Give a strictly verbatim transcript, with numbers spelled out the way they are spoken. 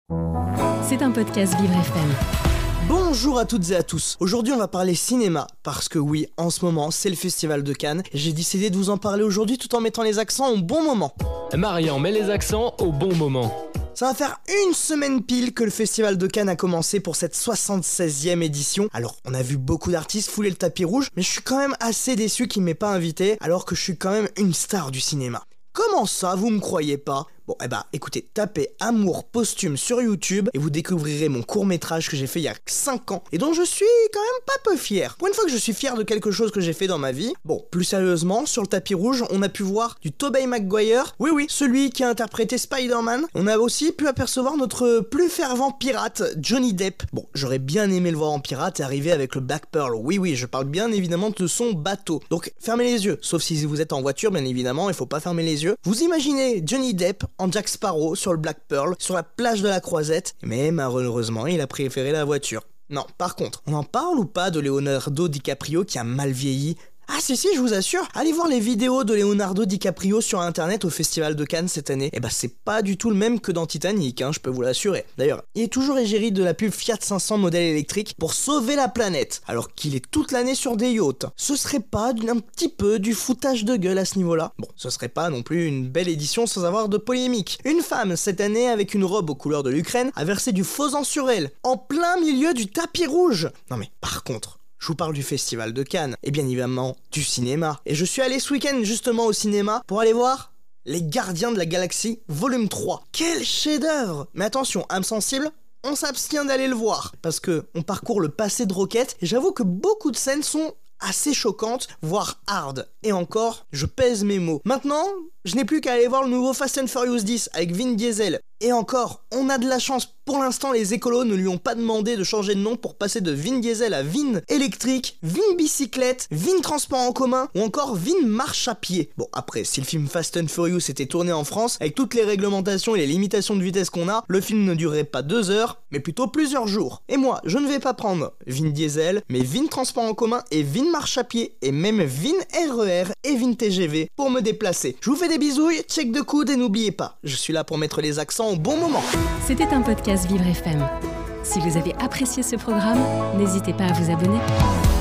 C'est un podcast Vivre F M. Bonjour à toutes et à tous. Aujourd'hui on va parler cinéma, parce que oui, en ce moment c'est le Festival de Cannes, et j'ai décidé de vous en parler aujourd'hui tout en mettant les accents au bon moment. Marian met les accents au bon moment. Ça va faire une semaine pile que le Festival de Cannes a commencé pour cette soixante-seizième édition. Alors, on a vu beaucoup d'artistes fouler le tapis rouge, mais je suis quand même assez déçu qu'il m'ait pas invité, alors que je suis quand même une star du cinéma. Comment ça, vous me croyez pas ? Bon, eh bah, écoutez, tapez Amour posthume sur YouTube et vous découvrirez mon court-métrage que j'ai fait il y a cinq ans et dont je suis quand même pas peu fier. Pour une fois que je suis fier de quelque chose que j'ai fait dans ma vie. Bon, plus sérieusement, sur le tapis rouge, on a pu voir du Tobey Maguire, oui oui, celui qui a interprété Spider-Man. On a aussi pu apercevoir notre plus fervent pirate, Johnny Depp. Bon, j'aurais bien aimé le voir en pirate et arriver avec le Black Pearl. Oui oui, je parle bien évidemment de son bateau. Donc, fermez les yeux, sauf si vous êtes en voiture, bien évidemment, il faut pas fermer les yeux. Vous imaginez Johnny Depp en Jack Sparrow sur le Black Pearl, sur la plage de la Croisette, mais malheureusement il a préféré la voiture. Non, par contre, on en parle ou pas de Leonardo DiCaprio qui a mal vieilli ? Ah si si, je vous assure, allez voir les vidéos de Leonardo DiCaprio sur internet au Festival de Cannes cette année. Et bah c'est pas du tout le même que dans Titanic, hein, je peux vous l'assurer. D'ailleurs, il est toujours égérie de la pub Fiat cinq cents modèle électrique pour sauver la planète, alors qu'il est toute l'année sur des yachts. Ce serait pas un petit peu du foutage de gueule à ce niveau-là ? Bon, ce serait pas non plus une belle édition sans avoir de polémique. Une femme, cette année, avec une robe aux couleurs de l'Ukraine, a versé du faux sur elle, en plein milieu du tapis rouge. Non mais, par contre... je vous parle du Festival de Cannes, et bien évidemment du cinéma. Et je suis allé ce week-end justement au cinéma pour aller voir Les Gardiens de la Galaxie volume trois. Quel chef-d'œuvre ! Mais attention, âme sensible, on s'abstient d'aller le voir, parce que on parcourt le passé de Rocket, et j'avoue que beaucoup de scènes sont assez choquantes, voire hard. Et encore, je pèse mes mots. Maintenant, je n'ai plus qu'à aller voir le nouveau Fast and Furious dix avec Vin Diesel. Et encore, on a de la chance. Pour l'instant, les écolos ne lui ont pas demandé de changer de nom pour passer de Vin Diesel à Vin électrique, Vin bicyclette, Vin transport en commun ou encore Vin marche à pied. Bon, après, si le film Fast and Furious était tourné en France, avec toutes les réglementations et les limitations de vitesse qu'on a, le film ne durerait pas deux heures, mais plutôt plusieurs jours. Et moi, je ne vais pas prendre Vin Diesel, mais Vin transport en commun et Vin marche à pied, et même Vin R E R et Vin T G V pour me déplacer. Je vous fais des bisouilles, check de coude et n'oubliez pas, je suis là pour mettre les accents au bon moment. C'était un podcast Vivre F M. Si vous avez apprécié ce programme, n'hésitez pas à vous abonner.